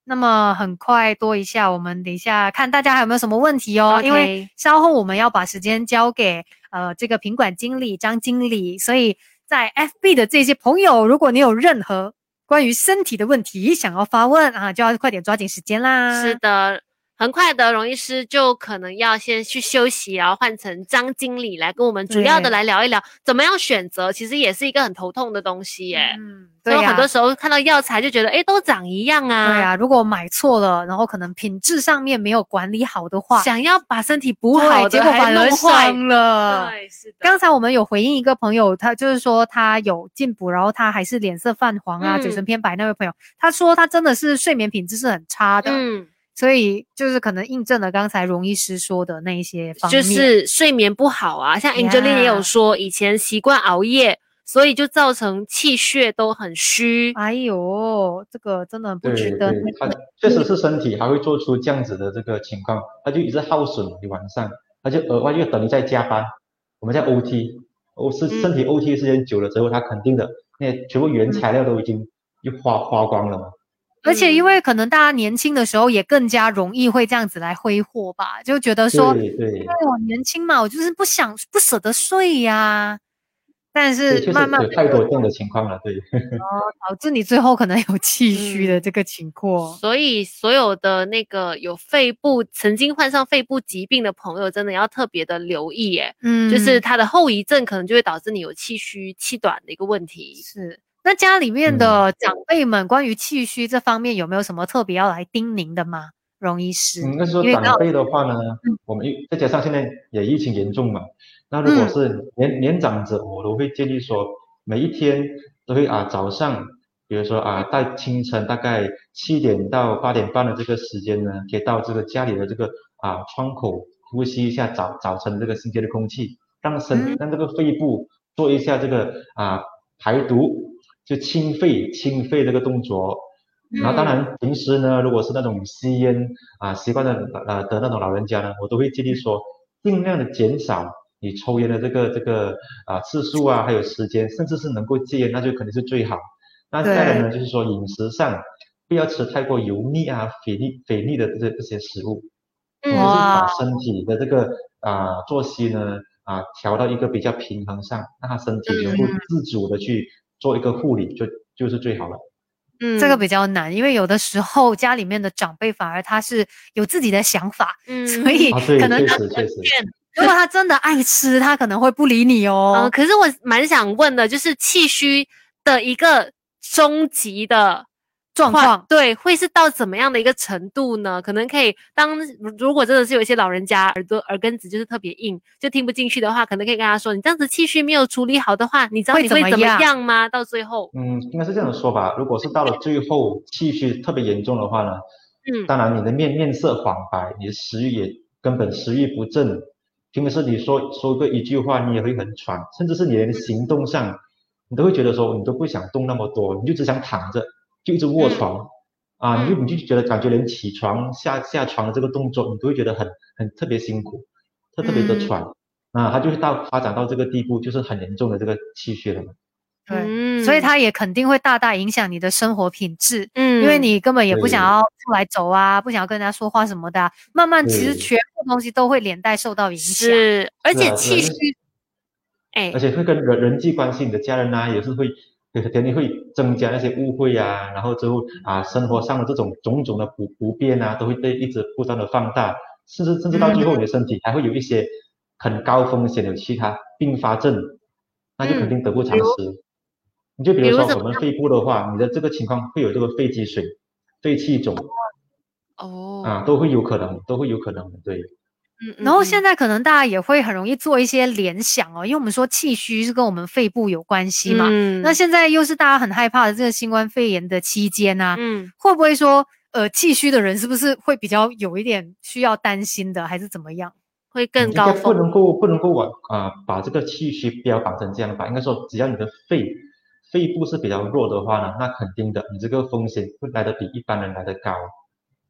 那么很快多一下，我们等一下看大家还有没有什么问题哦。 Okay. 因为稍后我们要把时间交给呃这个品管经理张经理，所以在 F B 的这些朋友，如果你有任何关于身体的问题想要发问啊，就要快点抓紧时间啦。 是的。很快的，荣医师就可能要先去休息，然后换成张经理来跟我们主要的来聊一聊怎么样选择，其实也是一个很头痛的东西耶。嗯，对啊，所以很多时候看到药材就觉得，诶，都长一样啊。 对啊，如果买错了，然后可能品质上面没有管理好的话， 想要把身体补好的， 结果反而伤了。 对，是的。 刚才我们有回应一个朋友，他就是说他有进补，然后他还是脸色泛黄啊，嗯、嘴唇偏白那位朋友，他说他真的是睡眠品质是很差的。嗯。所以就是可能印证了刚才荣医师说的那一些方面， 就是睡眠不好啊，像 Angeline 也有说，以前习惯熬夜，所以就造成气血都很虚。 哎呦，这个真的很不值得。 对对，他确实是身体还会做出这样子的这个情况，他就一直耗损你晚上，他就额外又等于在加班，我们在 O T， 哦是身体 O T 时间久了之后，他肯定的那些全部原材料都已经又花花光了嘛。 而且因为可能大家年轻的时候也更加容易会这样子来挥霍吧，就觉得说， 对对， 因为我年轻嘛，我就是不想不舍得睡呀、啊。但是慢慢有太多这样的情况了，对， 哦，导致你最后可能有气虚的这个情况。 嗯、所以所有的那个有肺部曾经患上肺部疾病的朋友，真的要特别的留意耶。嗯，就是它的后遗症可能就会导致你有气虚、气短的一个问题。 是。那家里面的长辈们关于气虚这方面有没有什么特别要来叮咛的吗？荣医师， 应该说长辈的话呢，嗯、我们再加上现在也疫情严重嘛，那如果是年、嗯、年长者，我都会建议说，每一天都会啊早上，比如说啊在清晨大概七点到八点半的这个时间呢，可以到这个家里的这个啊窗口呼吸一下早早晨这个新鲜的空气，让身、嗯、让这个肺部做一下这个啊排毒。就清肺清肺这个动作，然后当然平时呢，如果是那种吸烟啊习惯的呃的那种老人家呢，我都会建议说，尽量的减少你抽烟的这个这个啊次数啊，还有时间，甚至是能够戒烟，那就肯定是最好。那再来呢，就是说饮食上不要吃太过油腻啊、肥腻肥腻的这这些食物，就是把身体的这个啊作息呢啊调到一个比较平衡上，让他身体能够自主的去。做一个护理就就是最好了。 嗯，这个比较难，因为有的时候家里面的长辈反而他是有自己的想法，嗯，所以可能他、 啊、确实如果他真的爱吃，他可能会不理你哦。 嗯，可是我蛮想问的，就是气虚的一个终极的状况， 对，会是到怎么样的一个程度呢？可能可以当如果真的是有一些老人家耳朵耳根子就是特别硬，就听不进去的话，可能可以跟他说，你这样子气虚没有处理好的话，你知道你会怎么样吗？到最后， 嗯，应该是这样说吧。如果是到了最后气虚特别严重的话呢，嗯，当然你的面面色黄白，你的食欲也根本食欲不振，平时你说说个一句话，你也会很喘，甚至是你连行动上，你都会觉得说你都不想动那么多，你就只想躺着。就一直卧床、嗯、啊，你就你就觉得感觉连起床下下床的这个动作，你都会觉得很很特别辛苦，特特别的喘、嗯、啊，它就会到发展到这个地步，就是很严重的这个气血了嘛。 对、嗯，所以它也肯定会大大影响你的生活品质，嗯，因为你根本也不想要出来走啊，不想要跟人家说话什么的、啊，慢慢其实全部东西都会连带受到影响。 是，而且气虚， 哎，而且会跟人人际关系，你的家人啊也是会。肯定会增加那些误会啊，然后之后啊，生活上的这种种种的不不便啊，都会被一直不断的放大，甚至甚至到最后，你的身体还会有一些很高风险的其他并发症，那就肯定得不偿失。嗯、你就比如说我们肺部的话，你的这个情况会有这个肺积水、肺气肿，哦，啊，都会有可能，都会有可能的，对。 嗯，然后现在可能大家也会很容易做一些联想哦，因为我们说气虚是跟我们肺部有关系嘛。嗯，那现在又是大家很害怕的这个新冠肺炎的期间啊，嗯，会不会说呃气虚的人是不是会比较有一点需要担心的，还是怎么样？ 会更高风？ 不能够不能够往啊、呃、把这个气虚标榜成这样吧？应该说只要你的肺肺部是比较弱的话呢，那肯定的，你这个风险会来得比一般人来得高。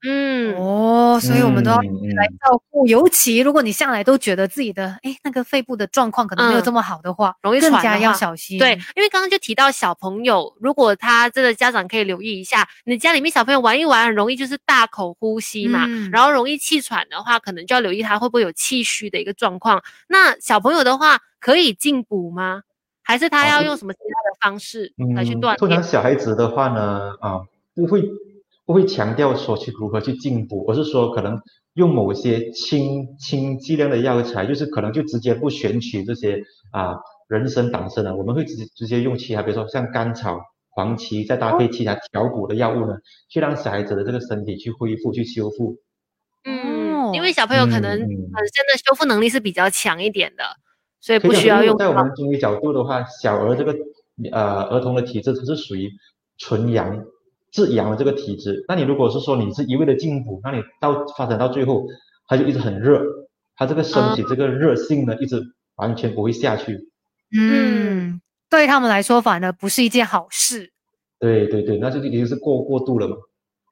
嗯， 哦，所以我们都要嗯嗯来照顾，尤其如果你向来都觉得自己的诶那个肺部的状况可能没有这么好的话， 嗯容易更加喘的话要小心。 对，因为刚刚就提到小朋友，如果他这个家长可以留意一下，你家里面小朋友玩一玩，很容易就是大口呼吸嘛， 嗯然后容易气喘的话，可能就要留意他会不会有气虚的一个状况。那小朋友的话，可以进补吗？还是他啊， 要用什么其他的方式来去嗯， 锻炼？ 通常小孩子的话呢，啊，不会不会强调说去如何去进补，而是说可能用某些轻轻剂量的药材，就是可能就直接不选取这些啊人参、党参的，我们会直直接用其他，比如说像甘草、黄芪，再搭配其他调补的药物呢，去让小孩子的这个身体去恢复、去修复。 嗯，因哦为小朋友可能本嗯嗯， 身的修复能力是比较强一点的，所以可以讲说， 不需要用因为在我到。 们中医角度的话，小儿这个呃儿童的体质它是属于纯阳至阳的这个体质。那你如果是说你是一味的进补，那你到发展到最后，它就一直很热，它这个身啊， 体这个热性呢，一直完全不会下去。 嗯。 嗯，对他们来说反而不是一件好事。 对对对，那就已经是过过度了嘛。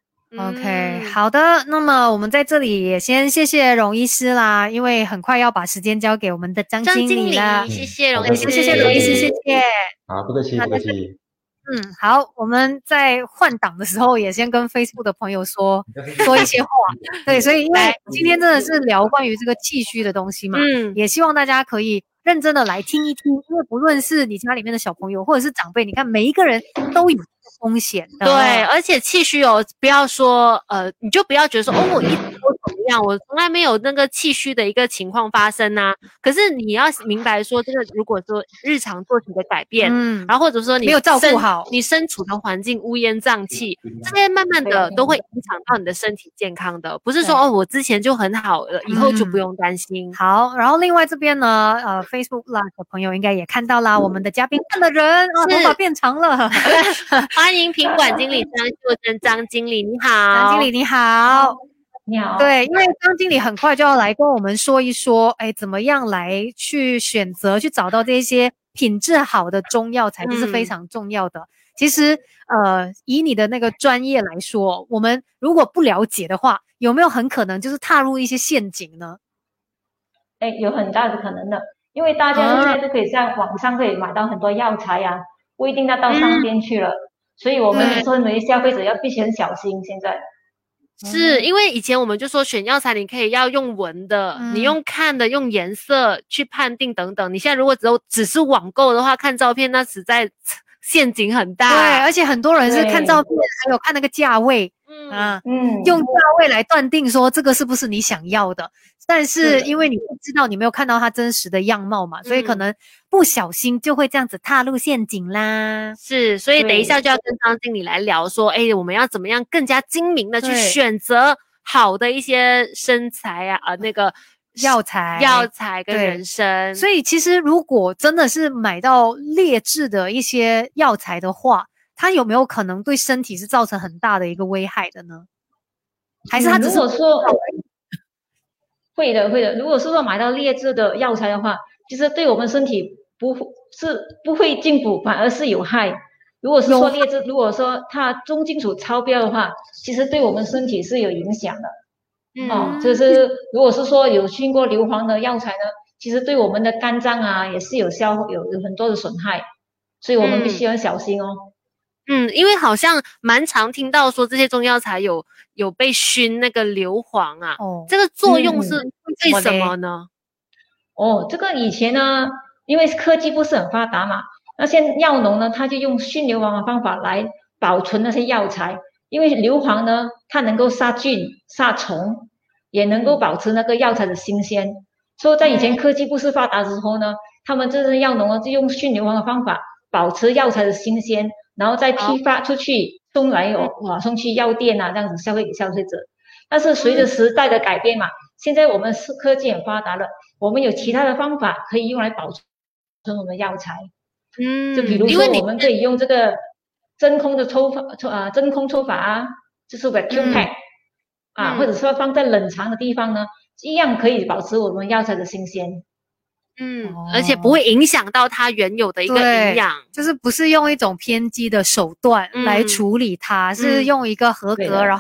OK， 嗯， 好的，那么我们在这里也先谢谢荣医师啦，因为很快要把时间交给我们的张经张经理了。 理，谢谢嗯，好荣医的， 也先谢谢不客荣医师，谢师。 谢。 好，不客气， 那在这不客气。 嗯，好，我们在换档的时候也先跟 Facebook 的朋友说说一些话。对，所以因为来今天真的是聊关于这个气虚的东西嘛， 嗯， 也希望大家可以认真的来听一听，因为不论是你家里面的小朋友或者是长辈，你看每一个人都有这个风险的。 对，而且气虚哦，不要说呃，你就不要觉得说哦，我一直都怎么样，我从来没有那个气虚的一个情况发生呐、可是你要明白说，这个如果说日常作息的改变， 嗯， 然后或者说你没有照顾身好你身处的环境乌烟瘴气，这些慢慢的都会影响到你的身体健康的，不是说对哦，我之前就很好了，以后就不用担心。 好，然后另外这边呢，呃，Facebook Live 的朋友应该也看到啦，我们的嘉宾换了人啊， 是头发变长了。 欢迎品管经理张秀珍，张经理你好， 张经理你好。 你好， 对，因为张经理很快就要来跟我们说一说，哎，怎么样来去选择、去找到这些品质好的中药材，这是非嗯常重要的。其实，呃，以你的那个专业来说，我们如果不了解的话，有没有很可能就是踏入一些陷阱呢？ 哎，有很大的可能的，因为大家现啊， 在都可以在网上可以买到很多药材呀、不一定要到商嗯， 店去了，所以我们对， 身为消费者要必须很小心。现在， 哦， 是因为以前我们就说选药材，你可以要用闻的，你嗯， 用看的，用颜色去判定等等。你现在如果只有只是网购的话，看照片那实在陷阱很对， 大。 而且很多人是看照对， 片，还有看那个价位， 嗯， 啊， 嗯， 用价位来断定说这个是不是你想要的。但是的， 是因为你不知道，你没有看到它真实的样貌嘛，所以可嗯， 能不小心就会这样子踏入陷阱啦。 是，所以等一下对， 就要跟张经理来聊说，哎，我们要怎么样更加精明的去对， 选择好的一些身材啊，呃，那个药药材， 材跟对。 人参。 所以其实如果真的是买到劣质的一些药材的话，它有没有可能对身体是造成很大的一个危害的呢？还是它嗯， 只是不知如果说道而已？ 会的，会的。如果是说买到劣质的药材的话，其实对我们身体不是不会进补，反而是有害。如果是有害， 说劣质，如果说它重金属超标的话，其实对我们身体是有影响的。哦， 嗯， 就嗯， 是如果是说有熏过硫磺的药材呢，其实对我们的肝脏啊也是有消有有很多的损害，所以我们必嗯。 须要小心哦。 嗯，因为好像蛮常听到说这些中药材有有被熏那个硫磺啊， 哦， 这个作用是嗯， 为什为什么嘞？ 么呢？ 哦，这个以前呢，因为科技不是很发达嘛，那些药农呢，他就用熏硫磺的方法来保存那些药材，因为硫磺呢，它能够杀菌、杀虫，也能够嗯保持那个药材的新鲜。所以在以前嗯科技不是发达的时候呢，他们这些药农呢，就用熏硫磺的方法保持药材的新鲜，然后再好， 批发出去，送来嗯哦，哇，送去药店啊，这样子消费给消费者。但是随嗯着时代的改变嘛，现在我们是科技很发达了，我们有其他的方法可以用来保存我们的药材。就比嗯， 如因为你说我们可以用这个真空的抽法，抽啊真空抽法啊，就是 vacuum 嗯 pack 啊，或者嗯说放在冷藏的地方呢，一样可以保持我们药材的新鲜。 嗯，而且不哦， 会影响到它原有的一个营对， 养。 就是不是用一种偏激的手段来嗯处理它，是嗯用一个合格， 对的， 然后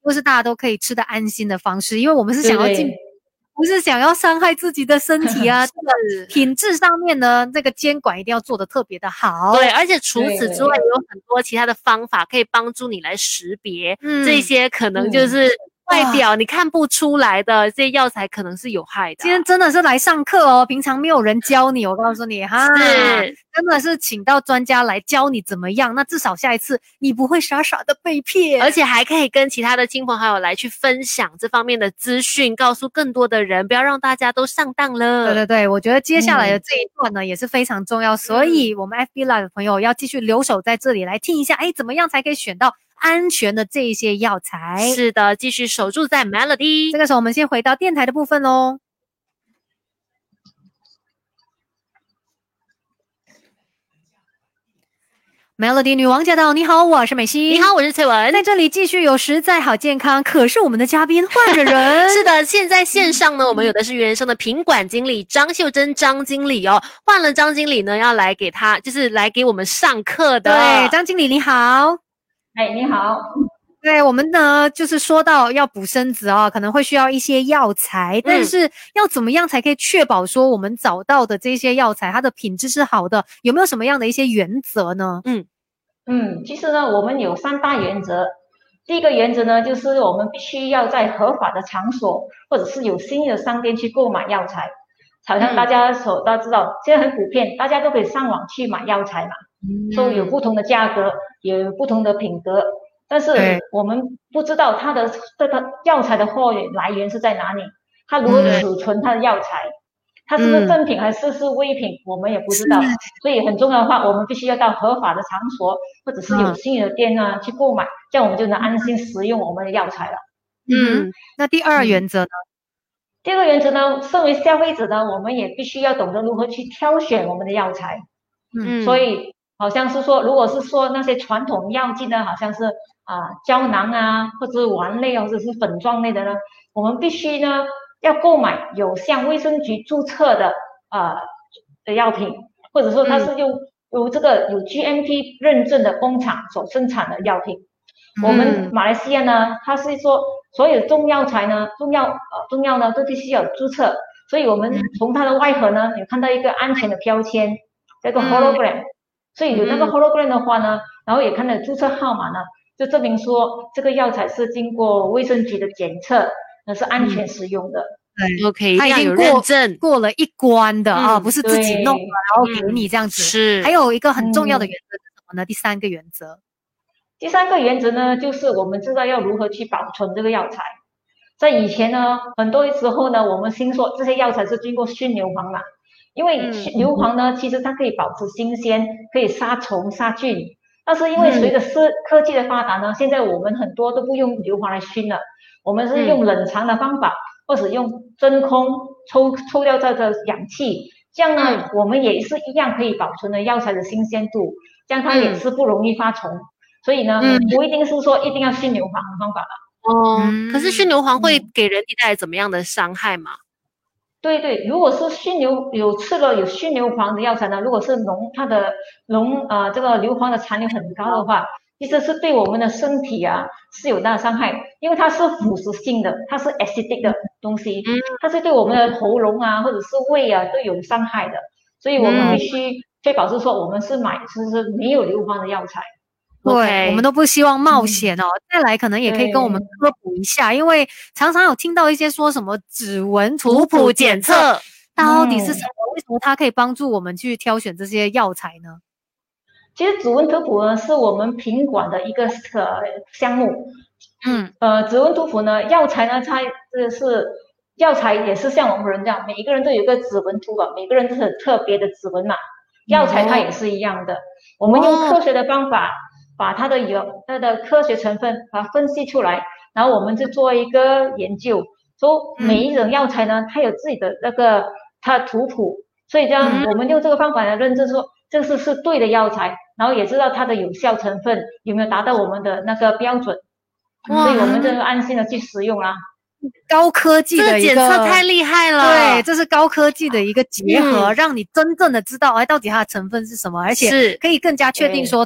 都是大家都可以吃得安心的方式，因为我们是想要进。 对对不是想要伤害自己的身体啊，这个品质上面呢，这个监管一定要做得特别的好。 对，而且除此之外，也有很多其他的方法可以帮助你来识别、嗯、这些可能就是外表你看不出来的这些药材可能是有害的。 今天真的是来上课哦，平常没有人教你，我告诉你哈， 是真的是请到专家来教你怎么样，那至少下一次你不会傻傻的被骗， 而且还可以跟其他的亲朋好友来去分享这方面的资讯，告诉更多的人，不要让大家都上当了。 对对对，我觉得接下来的这一段呢、嗯、也是非常重要，所以我们 F B Live 的朋友要继续留守在这里来听一下，哎，怎么样才可以选到安全的这一些药材。 是的，继续守住在 Melody。 这个时候我们先回到电台的部分咯。Melody 女王驾到！你好，我是美心。 你好，我是翠文。 在这里继续有实在好健康，可是我们的嘉宾换个人。 是的，现在线上呢，我们有的是原生的品管经理张秀珍张经理哦，换了张经理呢，要来给他就是来给我们上课的。 对，张经理你好。 哎，你好。 对，我们呢就是说到要补身子啊，可能会需要一些药材，但是要怎么样才可以确保说我们找到的这些药材它的品质是好的？有没有什么样的一些原则呢？ 嗯嗯，其实呢我们有三大原则。第一个原则呢就是我们必须要在合法的场所或者是有信誉的商店去购买药材。好像大家所都知道、嗯、现在很普遍，大家都可以上网去买药材嘛，都、嗯、有不同的价格，也有不同的品格。但是我们不知道它的这个药材的货源来源是在哪里，它如何储存它的药材，它是不是正品还是是伪品，我们也不知道。所以很重要的话，我们必须要到合法的场所或者是有信誉的店啊、嗯、去购买，这样我们就能安心使用我们的药材了。 嗯，那第二原则呢？ 第二个原则呢，身为消费者呢，我们也必须要懂得如何去挑选我们的药材。嗯，所以好像是说，如果是说那些传统药剂呢，好像是啊、呃、胶囊啊，或者是丸类或者是粉状类的呢，我们必须呢要购买有向卫生局注册的呃的药品，或者说它是用、嗯、由这个有 G M P 认证的工厂所生产的药品。嗯、我们马来西亚呢，它是说所有中药材呢，中药呃中药呢都必须要注册，所以我们从它的外盒呢有看到一个安全的标签，叫做 hologram。嗯所以有那个 hologram 的话呢、嗯、然后也看到注册号码呢，就证明说这个药材是经过卫生局的检测，那是安全使用的。 对 OK， 它已经过过了一关的、嗯、啊，不是自己弄了然后给你这样子。 是。 还有一个很重要的原则是什么呢、嗯、第三个原则。 第三个原则呢，就是我们知道要如何去保存这个药材。在以前呢，很多时候呢，我们听说这些药材是经过熏硫磺嘛，因为硫磺呢、嗯、其实它可以保持新鲜，可以杀虫杀菌。但是因为随着科科技的发达呢、嗯、现在我们很多都不用硫磺来熏了，我们是用冷藏的方法、嗯、或者用真空抽抽掉这个氧气，这样呢、嗯、我们也是一样可以保存了药材的新鲜度，这样它也是不容易发虫、嗯、所以呢、嗯、不一定是说一定要熏硫磺的方法了。 哦、嗯，可是熏硫磺会给人体带来怎么样的伤害吗？ 对对，如果是熏硫有吃了有熏硫磺的药材呢，如果是浓它的浓呃这个硫磺的残留很高的话，其实是对我们的身体啊是有大的伤害，因为它是腐蚀性的，它是 acidic 的东西，它是对我们的喉咙啊或者是胃啊都有伤害的，所以我们必须确保是说我们是买就是没有硫磺的药材。 对、 okay. 我们都不希望冒险哦、嗯、再来可能也可以跟我们科普一下，因为常常有听到一些说什么指纹图谱检测到底是什么、嗯、为什么它可以帮助我们去挑选这些药材呢？ 其实指纹图谱呢是我们品管的一个呃项目。嗯呃指纹图谱呢，药材呢它这是药材也是像我们人这样，每一个人都有一个指纹图吧，每个人都是很特别的指纹嘛，药材它也是一样的、哦、我们用科学的方法把它的有它的科学成分把它分析出来，然后我们就做一个研究，说每一种药材呢它有自己的那个它的图谱，所以这样我们用这个方法来认证说这是是对的药材，然后也知道它的有效成分有没有达到我们的那个标准，所以我们就安心的去使用啦。 高科技的一个， 这个检测太厉害了。 对，这是高科技的一个结合、嗯、让你真正的知道哎到底它的成分是什么，而且可以更加确定说它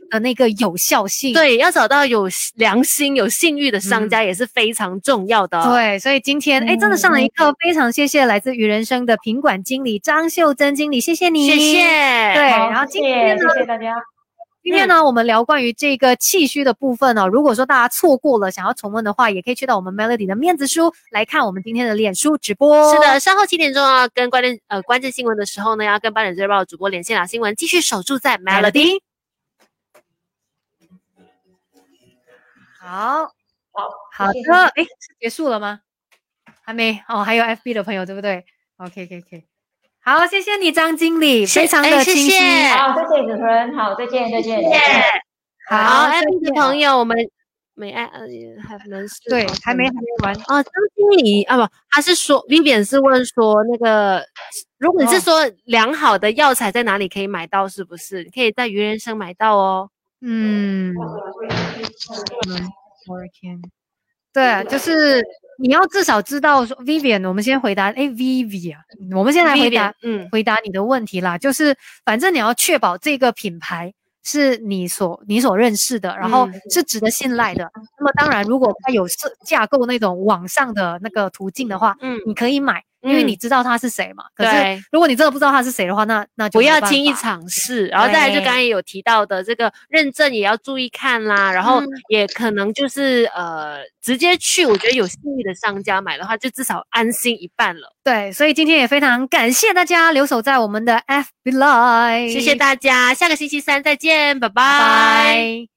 的那个有效性。 对，要找到有良心、有信誉的商家也是非常重要的。 嗯、对，所以今天哎，真的上了一课，非常谢谢来自于人生的品管经理张秀珍经理，谢谢你， 谢谢。 对，然后今天呢， 谢谢大家。 今天呢，嗯、我们聊关于这个气虚的部分哦。如果说大家错过了，想要重温的话，也可以去到我们 Melody 的面子书来看我们今天的脸书直播。 是的，稍后七点钟啊，跟关键呃关键新闻的时候呢，要跟八点日报主播连线啦。新闻继续守住在 Melody。 好， 好， 好的，哎，结束了吗？还没哦，还有 F B 的朋友对不对 ？OK OK OK。好，谢谢你张经理，非常的清晰。 谢谢好，谢谢主持人，好，再见，再见。 谢谢。好 ，F B 的朋友，我们没爱呃还能是对，还没还没完啊。张经理啊，不，他是说 Vivian 是问说那个，如果你是说良好的药材在哪里可以买到，是不是？你可以在鱼人生买到哦。 嗯，对，就是你要至少知道说 Vivian， 我们先回答，哎 Vivian， 我们先来回答，嗯，回答你的问题啦。就是反正你要确保这个品牌是你所你所认识的，然后是值得信赖的。嗯、那么当然，如果它有设架构那种网上的那个途径的话，嗯，你可以买。因为你知道他是谁嘛，可是如果你真的不知道他是谁的话，那那就不要轻易尝试。然后再来就刚才也有提到的这个认证也要注意看啦，然后也可能就是呃直接去，我觉得有信誉的商家买的话，就至少安心一半了。 对，所以今天也非常感谢大家留守在我们的 F B Live， 谢谢大家，下个星期三再见，拜拜。 拜拜。